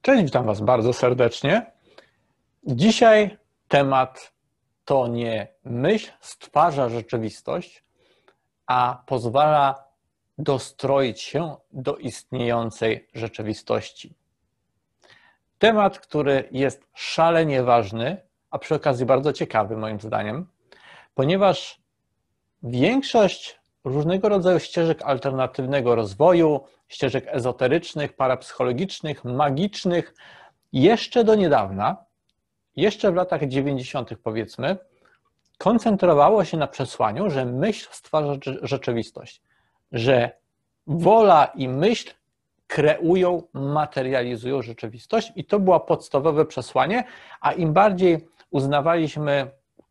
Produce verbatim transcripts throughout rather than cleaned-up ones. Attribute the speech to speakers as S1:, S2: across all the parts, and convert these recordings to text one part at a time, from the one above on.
S1: Cześć, witam Was bardzo serdecznie. Dzisiaj temat to nie myśl stwarza rzeczywistość, a pozwala dostroić się do istniejącej rzeczywistości. Temat, który jest szalenie ważny, a przy okazji bardzo ciekawy moim zdaniem, ponieważ większość różnego rodzaju ścieżek alternatywnego rozwoju, ścieżek ezoterycznych, parapsychologicznych, magicznych, jeszcze do niedawna, jeszcze w latach dziewięćdziesiątych powiedzmy, koncentrowało się na przesłaniu, że myśl stwarza rzeczywistość, że wola i myśl kreują, materializują rzeczywistość i to było podstawowe przesłanie, a im bardziej uznawaliśmy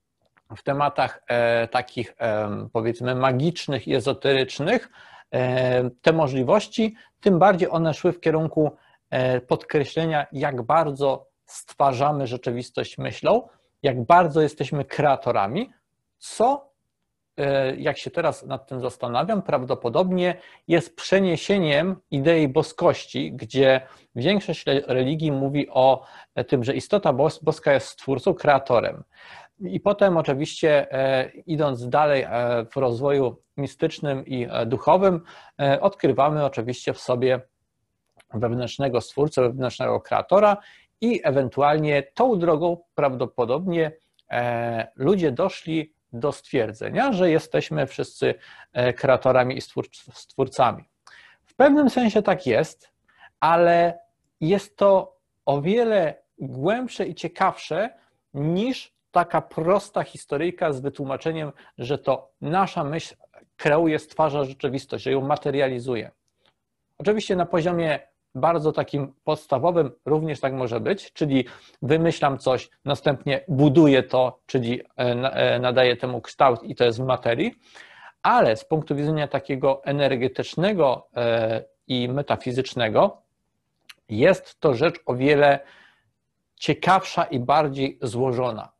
S1: w tematach e, takich e, powiedzmy magicznych i ezoterycznych e, te możliwości, tym bardziej one szły w kierunku e, podkreślenia, jak bardzo stwarzamy rzeczywistość myślą, jak bardzo jesteśmy kreatorami, co, e, jak się teraz nad tym zastanawiam, prawdopodobnie jest przeniesieniem idei boskości, gdzie większość religii mówi o tym, że istota boska jest stwórcą, kreatorem. I potem oczywiście idąc dalej w rozwoju mistycznym i duchowym, odkrywamy oczywiście w sobie wewnętrznego stwórcę, wewnętrznego kreatora i ewentualnie tą drogą prawdopodobnie ludzie doszli do stwierdzenia, że jesteśmy wszyscy kreatorami i stwórcami. W pewnym sensie tak jest, ale jest to o wiele głębsze i ciekawsze niż taka prosta historyjka z wytłumaczeniem, że to nasza myśl kreuje, stwarza rzeczywistość, że ją materializuje. Oczywiście na poziomie bardzo takim podstawowym również tak może być, czyli wymyślam coś, następnie buduję to, czyli nadaję temu kształt i to jest w materii, ale z punktu widzenia takiego energetycznego i metafizycznego jest to rzecz o wiele ciekawsza i bardziej złożona.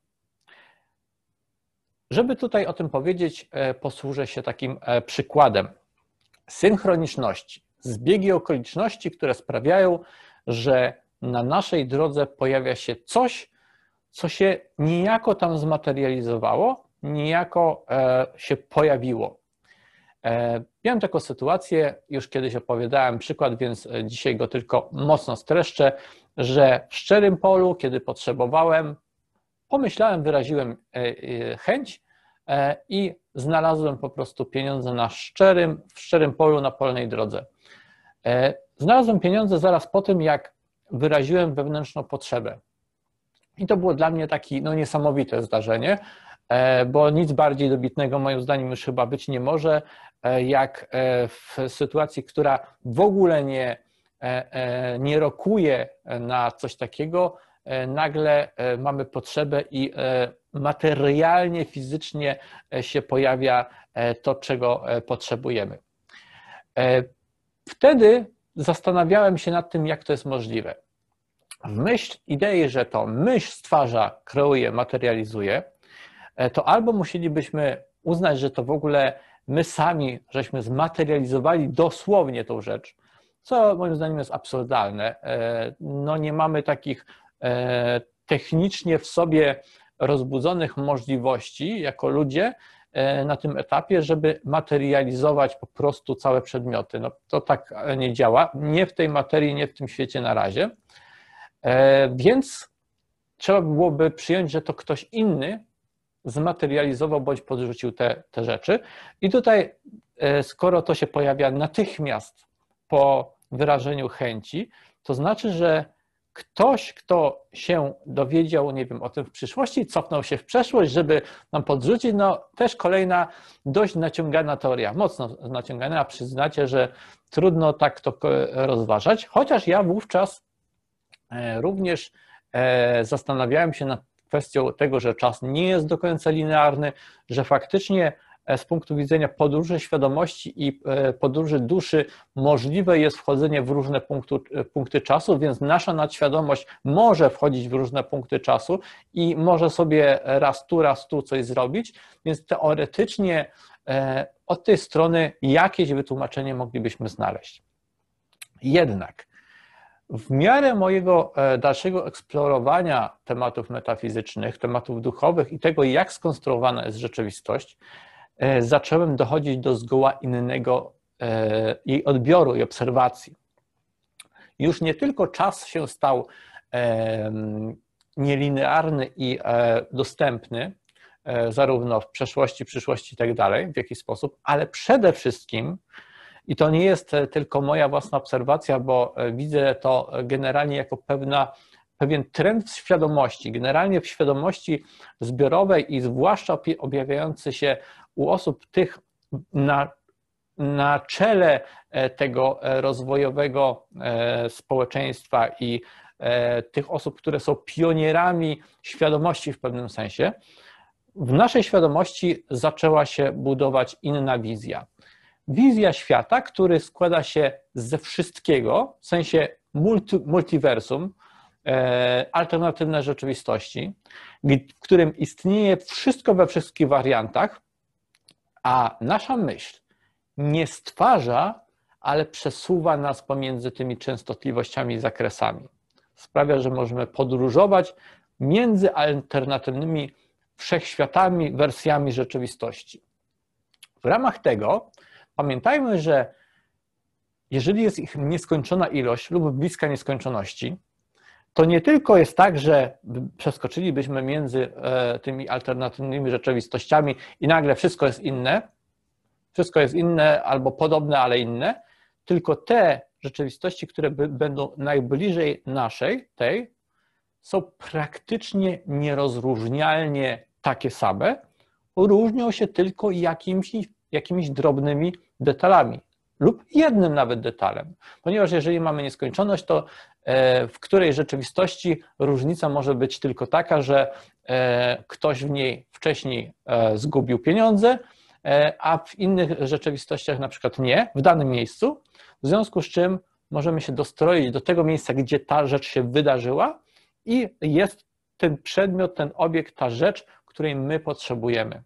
S1: Żeby tutaj o tym powiedzieć, posłużę się takim przykładem synchroniczności, zbiegi okoliczności, które sprawiają, że na naszej drodze pojawia się coś, co się niejako tam zmaterializowało, niejako się pojawiło. Miałem taką sytuację, już kiedyś opowiadałem przykład, więc dzisiaj go tylko mocno streszczę, że w szczerym polu, kiedy potrzebowałem, pomyślałem, wyraziłem chęć i znalazłem po prostu pieniądze na szczerym, w szczerym polu na polnej drodze. Znalazłem pieniądze zaraz po tym, jak wyraziłem wewnętrzną potrzebę. I to było dla mnie takie no, niesamowite zdarzenie, bo nic bardziej dobitnego moim zdaniem już chyba być nie może, jak w sytuacji, która w ogóle nie, nie rokuje na coś takiego, nagle mamy potrzebę i materialnie, fizycznie się pojawia to, czego potrzebujemy. Wtedy zastanawiałem się nad tym, jak to jest możliwe. W myśl idei, że to myśl stwarza, kreuje, materializuje, to albo musielibyśmy uznać, że to w ogóle my sami żeśmy zmaterializowali dosłownie tą rzecz, co moim zdaniem jest absurdalne. No nie mamy takich technicznie w sobie rozbudzonych możliwości jako ludzie na tym etapie, żeby materializować po prostu całe przedmioty. No to tak nie działa, nie w tej materii, nie w tym świecie na razie, więc trzeba byłoby przyjąć, że to ktoś inny zmaterializował bądź podrzucił te, te rzeczy i tutaj skoro to się pojawia natychmiast po wyrażeniu chęci, to znaczy, że ktoś, kto się dowiedział, nie wiem, o tym w przyszłości, cofnął się w przeszłość, żeby nam podrzucić, no też kolejna dość naciągana teoria, mocno naciągana, a przyznacie, że trudno tak to rozważać, chociaż ja wówczas również zastanawiałem się nad kwestią tego, że czas nie jest do końca linearny, że faktycznie z punktu widzenia podróży świadomości i podróży duszy możliwe jest wchodzenie w różne punkty, punkty czasu, więc nasza nadświadomość może wchodzić w różne punkty czasu i może sobie raz tu, raz tu coś zrobić, więc teoretycznie od tej strony jakieś wytłumaczenie moglibyśmy znaleźć. Jednak w miarę mojego dalszego eksplorowania tematów metafizycznych, tematów duchowych i tego, jak skonstruowana jest rzeczywistość, zacząłem dochodzić do zgoła innego jej odbioru i obserwacji. Już nie tylko czas się stał nielinearny i dostępny, zarówno w przeszłości, przyszłości i tak dalej, w jakiś sposób, ale przede wszystkim, i to nie jest tylko moja własna obserwacja, bo widzę to generalnie jako pewna, pewien trend w świadomości, generalnie w świadomości zbiorowej i zwłaszcza objawiający się u osób tych na, na czele tego rozwojowego społeczeństwa i tych osób, które są pionierami świadomości w pewnym sensie. W naszej świadomości zaczęła się budować inna wizja. Wizja świata, który składa się ze wszystkiego, w sensie multi, multiversum, e, alternatywne rzeczywistości, w którym istnieje wszystko we wszystkich wariantach, a nasza myśl nie stwarza, ale przesuwa nas pomiędzy tymi częstotliwościami i zakresami. Sprawia, że możemy podróżować między alternatywnymi wszechświatami, wersjami rzeczywistości. W ramach tego pamiętajmy, że jeżeli jest ich nieskończona ilość lub bliska nieskończoności, to nie tylko jest tak, że przeskoczylibyśmy między tymi alternatywnymi rzeczywistościami i nagle wszystko jest inne, wszystko jest inne albo podobne, ale inne, tylko te rzeczywistości, które będą najbliżej naszej, tej, są praktycznie nierozróżnialnie takie same, różnią się tylko jakimiś, jakimiś drobnymi detalami lub jednym nawet detalem, ponieważ jeżeli mamy nieskończoność, to w której rzeczywistości różnica może być tylko taka, że ktoś w niej wcześniej zgubił pieniądze, a w innych rzeczywistościach na przykład nie, w danym miejscu, w związku z czym możemy się dostroić do tego miejsca, gdzie ta rzecz się wydarzyła i jest ten przedmiot, ten obiekt, ta rzecz, której my potrzebujemy.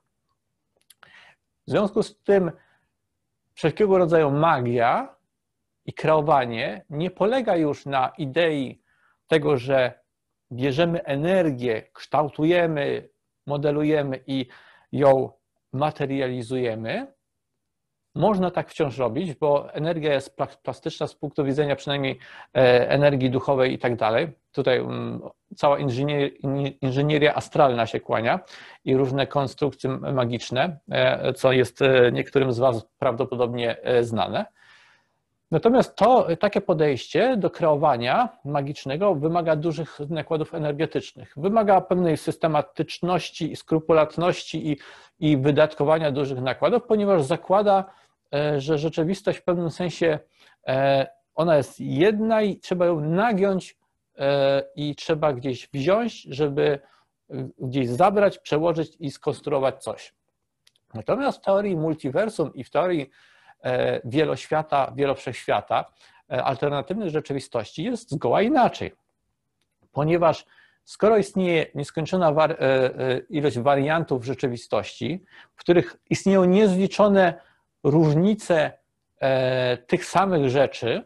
S1: W związku z tym wszelkiego rodzaju magia i kreowanie nie polega już na idei tego, że bierzemy energię, kształtujemy, modelujemy i ją materializujemy. Można tak wciąż robić, bo energia jest plastyczna z punktu widzenia przynajmniej energii duchowej i tak dalej. Tutaj cała inżynieria astralna się kłania i różne konstrukcje magiczne, co jest niektórym z Was prawdopodobnie znane. Natomiast to takie podejście do kreowania magicznego wymaga dużych nakładów energetycznych, wymaga pewnej systematyczności i skrupulatności i, i wydatkowania dużych nakładów, ponieważ zakłada, że rzeczywistość w pewnym sensie ona jest jedna i trzeba ją nagiąć i trzeba gdzieś wziąć, żeby gdzieś zabrać, przełożyć i skonstruować coś. Natomiast w teorii multiversum i w teorii wieloświata, wielowszechświata, alternatywnych rzeczywistości jest zgoła inaczej, ponieważ skoro istnieje nieskończona ilość wariantów rzeczywistości, w których istnieją niezliczone różnice tych samych rzeczy,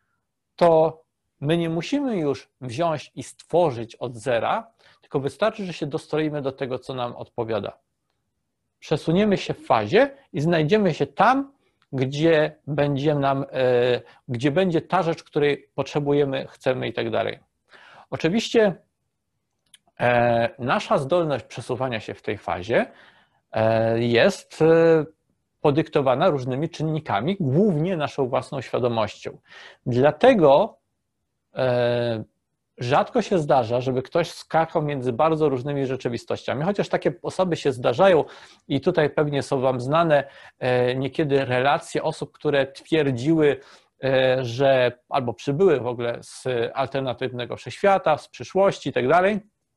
S1: to my nie musimy już wziąć i stworzyć od zera, tylko wystarczy, że się dostroimy do tego, co nam odpowiada. Przesuniemy się w fazie i znajdziemy się tam, gdzie będzie nam, gdzie będzie ta rzecz, której potrzebujemy, chcemy i tak dalej. Oczywiście nasza zdolność przesuwania się w tej fazie jest podyktowana różnymi czynnikami, głównie naszą własną świadomością. Dlatego rzadko się zdarza, żeby ktoś skakał między bardzo różnymi rzeczywistościami, chociaż takie osoby się zdarzają i tutaj pewnie są Wam znane niekiedy relacje osób, które twierdziły, że albo przybyły w ogóle z alternatywnego wszechświata, z przyszłości i tak dalej.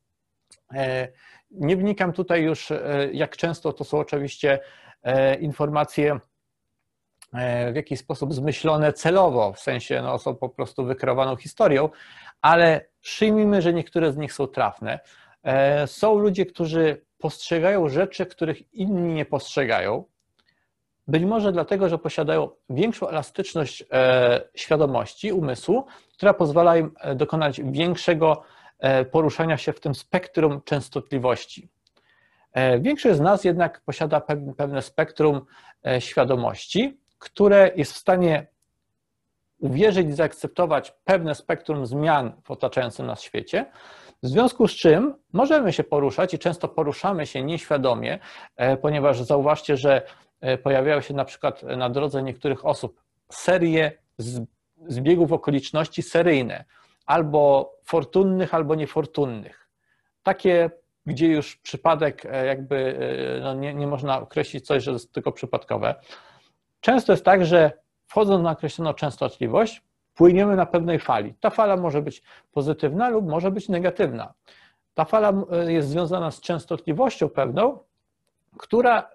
S1: Nie wnikam tutaj już, jak często to są oczywiście informacje w jakiś sposób zmyślone celowo, w sensie no, są po prostu wykreowaną historią, ale przyjmijmy, że niektóre z nich są trafne. Są ludzie, którzy postrzegają rzeczy, których inni nie postrzegają. Być może dlatego, że posiadają większą elastyczność świadomości, umysłu, która pozwala im dokonać większego poruszania się w tym spektrum częstotliwości. Większość z nas jednak posiada pewne spektrum świadomości, które jest w stanie uwierzyć i zaakceptować pewne spektrum zmian w otaczającym nas świecie, w związku z czym możemy się poruszać i często poruszamy się nieświadomie, ponieważ zauważcie, że pojawiają się na przykład na drodze niektórych osób serie zbiegów okoliczności seryjne, albo fortunnych, albo niefortunnych. Takie, gdzie już przypadek jakby, no nie, nie można określić coś, że jest tylko przypadkowe. Często jest tak, że wchodząc na określoną częstotliwość, płyniemy na pewnej fali. Ta fala może być pozytywna lub może być negatywna. Ta fala jest związana z częstotliwością pewną, która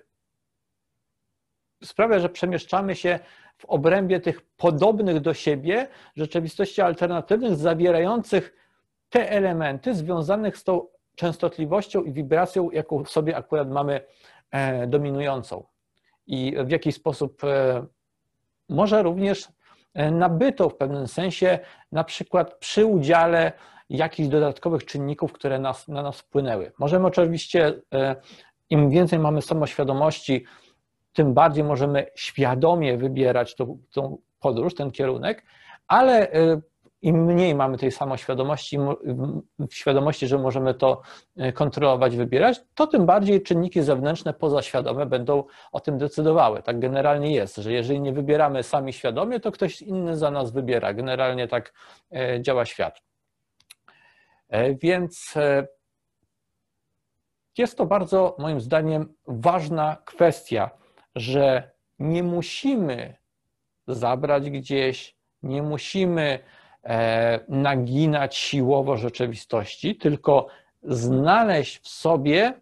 S1: sprawia, że przemieszczamy się w obrębie tych podobnych do siebie rzeczywistości alternatywnych, zawierających te elementy związanych z tą częstotliwością i wibracją, jaką w sobie akurat mamy dominującą. I w jakiś sposób może również nabytą w pewnym sensie, na przykład przy udziale jakichś dodatkowych czynników, które nas, na nas wpłynęły. Możemy oczywiście, im więcej mamy samoświadomości, tym bardziej możemy świadomie wybierać tą, tą podróż, ten kierunek, ale im mniej mamy tej samoświadomości, świadomości, że możemy to kontrolować, wybierać, to tym bardziej czynniki zewnętrzne, pozaświadome będą o tym decydowały. Tak generalnie jest, że jeżeli nie wybieramy sami świadomie, to ktoś inny za nas wybiera. Generalnie tak działa świat. Więc jest to bardzo, moim zdaniem, ważna kwestia, że nie musimy zabrać gdzieś, nie musimy naginać siłowo rzeczywistości, tylko znaleźć w sobie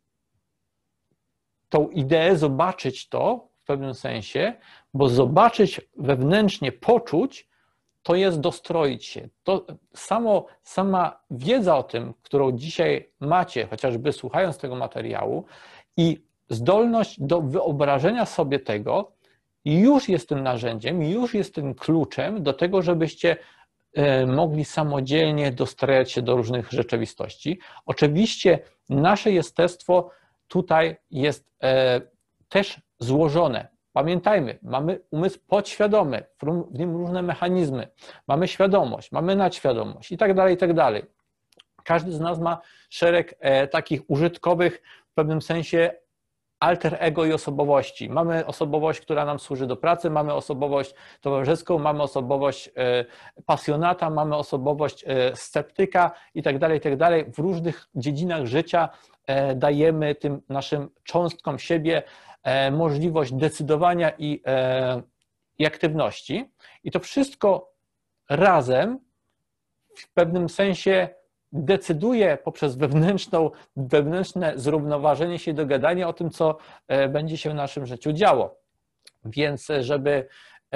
S1: tą ideę, zobaczyć to w pewnym sensie, bo zobaczyć wewnętrznie, poczuć, to jest dostroić się. To samo, sama wiedza o tym, którą dzisiaj macie, chociażby słuchając tego materiału, i zdolność do wyobrażenia sobie tego, już jest tym narzędziem, już jest tym kluczem do tego, żebyście mogli samodzielnie dostrajać się do różnych rzeczywistości. Oczywiście nasze jestestwo tutaj jest też złożone. Pamiętajmy, mamy umysł podświadomy, w nim różne mechanizmy, mamy świadomość, mamy nadświadomość i tak dalej, i tak dalej. Każdy z nas ma szereg takich użytkowych w pewnym sensie alter ego i osobowości. Mamy osobowość, która nam służy do pracy, mamy osobowość towarzyską, mamy osobowość pasjonata, mamy osobowość sceptyka i tak dalej, i tak dalej. W różnych dziedzinach życia dajemy tym naszym cząstkom siebie możliwość decydowania i, i aktywności. I to wszystko razem w pewnym sensie decyduje poprzez wewnętrzną, wewnętrzne zrównoważenie się i dogadanie o tym, co będzie się w naszym życiu działo. Więc żeby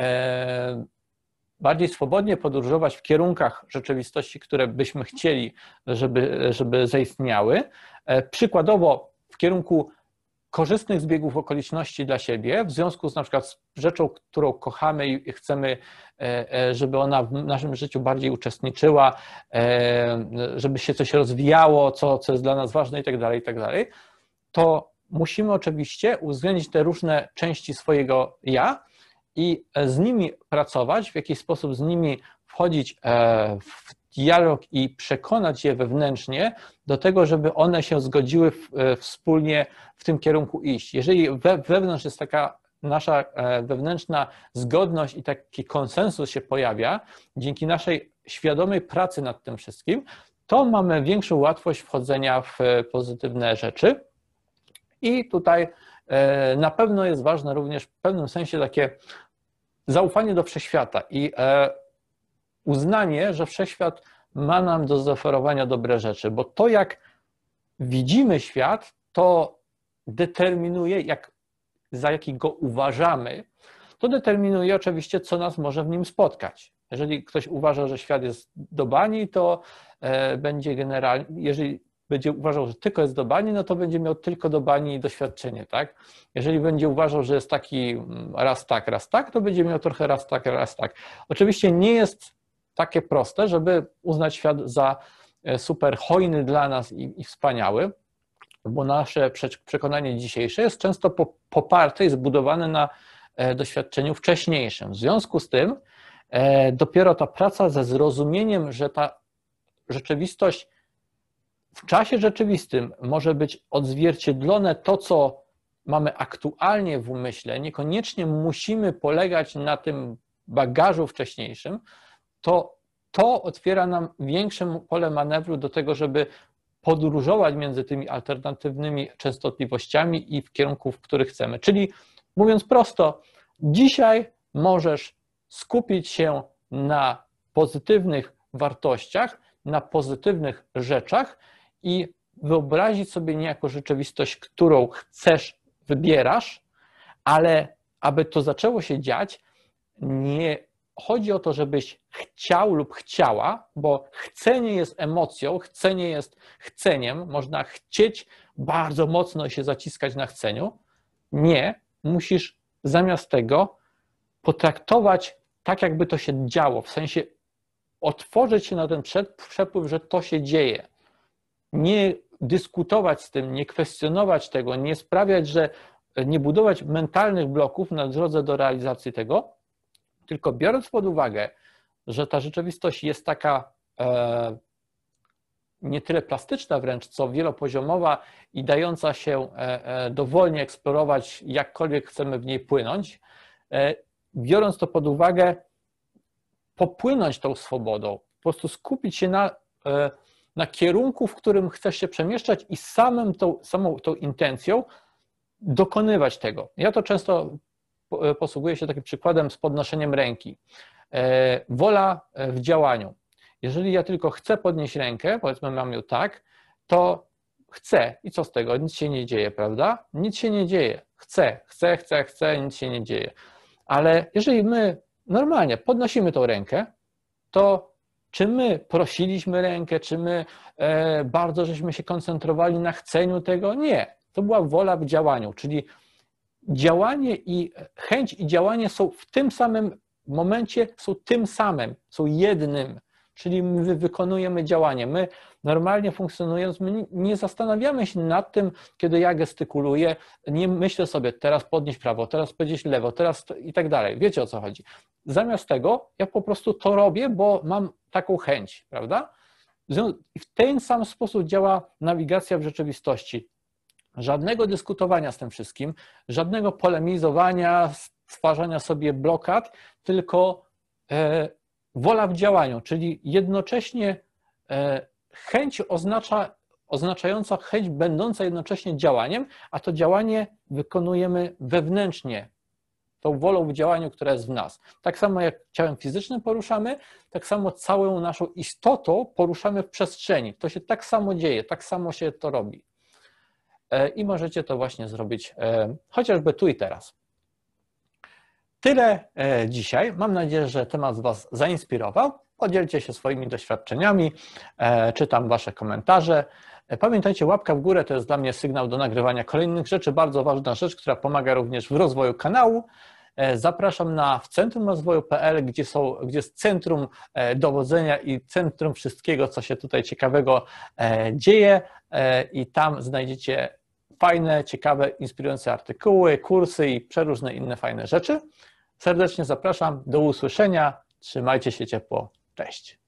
S1: bardziej swobodnie podróżować w kierunkach rzeczywistości, które byśmy chcieli, żeby, żeby zaistniały, przykładowo w kierunku korzystnych zbiegów okoliczności dla siebie, w związku z na przykład z rzeczą, którą kochamy i chcemy, żeby ona w naszym życiu bardziej uczestniczyła, żeby się coś rozwijało, co, co jest dla nas ważne i tak dalej, i tak dalej, to musimy oczywiście uwzględnić te różne części swojego ja i z nimi pracować, w jakiś sposób z nimi wchodzić w dialog i przekonać je wewnętrznie do tego, żeby one się zgodziły w, wspólnie w tym kierunku iść. Jeżeli we, wewnątrz jest taka nasza wewnętrzna zgodność i taki konsensus się pojawia, dzięki naszej świadomej pracy nad tym wszystkim, to mamy większą łatwość wchodzenia w pozytywne rzeczy. I tutaj na pewno jest ważne również w pewnym sensie takie zaufanie do wszechświata i uznanie, że wszechświat ma nam do zaoferowania dobre rzeczy, bo to, jak widzimy świat, to determinuje, jak, za jaki go uważamy, to determinuje oczywiście, co nas może w nim spotkać. Jeżeli ktoś uważa, że świat jest do bani, to będzie generalnie, jeżeli będzie uważał, że tylko jest do bani, no to będzie miał tylko do bani i doświadczenie, tak? Jeżeli będzie uważał, że jest taki raz tak, raz tak, to będzie miał trochę raz tak, raz tak. Oczywiście nie jest takie proste, żeby uznać świat za super hojny dla nas i, i wspaniały, bo nasze przekonanie dzisiejsze jest często poparte i zbudowane na doświadczeniu wcześniejszym. W związku z tym dopiero ta praca ze zrozumieniem, że ta rzeczywistość w czasie rzeczywistym może być odzwierciedlone to, co mamy aktualnie w umyśle, niekoniecznie musimy polegać na tym bagażu wcześniejszym, to to otwiera nam większe pole manewru do tego, żeby podróżować między tymi alternatywnymi częstotliwościami i w kierunku, w który chcemy. Czyli mówiąc prosto, dzisiaj możesz skupić się na pozytywnych wartościach, na pozytywnych rzeczach i wyobrazić sobie niejako rzeczywistość, którą chcesz, wybierasz, ale aby to zaczęło się dziać, nie chodzi o to, żebyś chciał lub chciała, bo chcenie jest emocją, chcenie jest chceniem, można chcieć bardzo mocno i się zaciskać na chceniu. Nie, musisz zamiast tego potraktować tak, jakby to się działo, w sensie otworzyć się na ten przepływ, że to się dzieje. Nie dyskutować z tym, nie kwestionować tego, nie sprawiać, że nie budować mentalnych bloków na drodze do realizacji tego, tylko biorąc pod uwagę, że ta rzeczywistość jest taka e, nie tyle plastyczna wręcz, co wielopoziomowa i dająca się e, e, dowolnie eksplorować, jakkolwiek chcemy w niej płynąć, e, biorąc to pod uwagę, popłynąć tą swobodą, po prostu skupić się na, e, na kierunku, w którym chcesz się przemieszczać i samym tą, samą tą intencją dokonywać tego. Ja to często posługuję się takim przykładem z podnoszeniem ręki. Wola w działaniu. Jeżeli ja tylko chcę podnieść rękę, powiedzmy mam ją tak, to chcę i co z tego? Nic się nie dzieje, prawda? Nic się nie dzieje. Chcę, chcę, chcę, chcę, nic się nie dzieje. Ale jeżeli my normalnie podnosimy tą rękę, to czy my prosiliśmy rękę, czy my bardzo żeśmy się koncentrowali na chceniu tego? Nie. To była wola w działaniu, czyli działanie i chęć i działanie są w tym samym momencie, są tym samym, są jednym, czyli my wykonujemy działanie. My normalnie funkcjonując, my nie zastanawiamy się nad tym, kiedy ja gestykuluję, nie myślę sobie teraz podnieść prawo, teraz powiedzieć lewo, teraz i tak dalej. Wiecie, o co chodzi. Zamiast tego ja po prostu to robię, bo mam taką chęć, prawda? W ten sam sposób działa nawigacja w rzeczywistości. Żadnego dyskutowania z tym wszystkim, żadnego polemizowania, stwarzania sobie blokad, tylko e, wola w działaniu, czyli jednocześnie e, chęć oznacza, oznaczająca chęć będąca jednocześnie działaniem, a to działanie wykonujemy wewnętrznie, tą wolą w działaniu, która jest w nas. Tak samo jak ciałem fizycznym poruszamy, tak samo całą naszą istotą poruszamy w przestrzeni. To się tak samo dzieje, tak samo się to robi. I możecie to właśnie zrobić chociażby tu i teraz. Tyle dzisiaj. Mam nadzieję, że temat Was zainspirował. Podzielcie się swoimi doświadczeniami, czytam Wasze komentarze. Pamiętajcie, łapka w górę to jest dla mnie sygnał do nagrywania kolejnych rzeczy. Bardzo ważna rzecz, która pomaga również w rozwoju kanału. Zapraszam na w centrum rozwoju kropka p l, gdzie, są, gdzie jest centrum dowodzenia i centrum wszystkiego, co się tutaj ciekawego dzieje i tam znajdziecie fajne, ciekawe, inspirujące artykuły, kursy i przeróżne inne fajne rzeczy. Serdecznie zapraszam, do usłyszenia, trzymajcie się ciepło, cześć.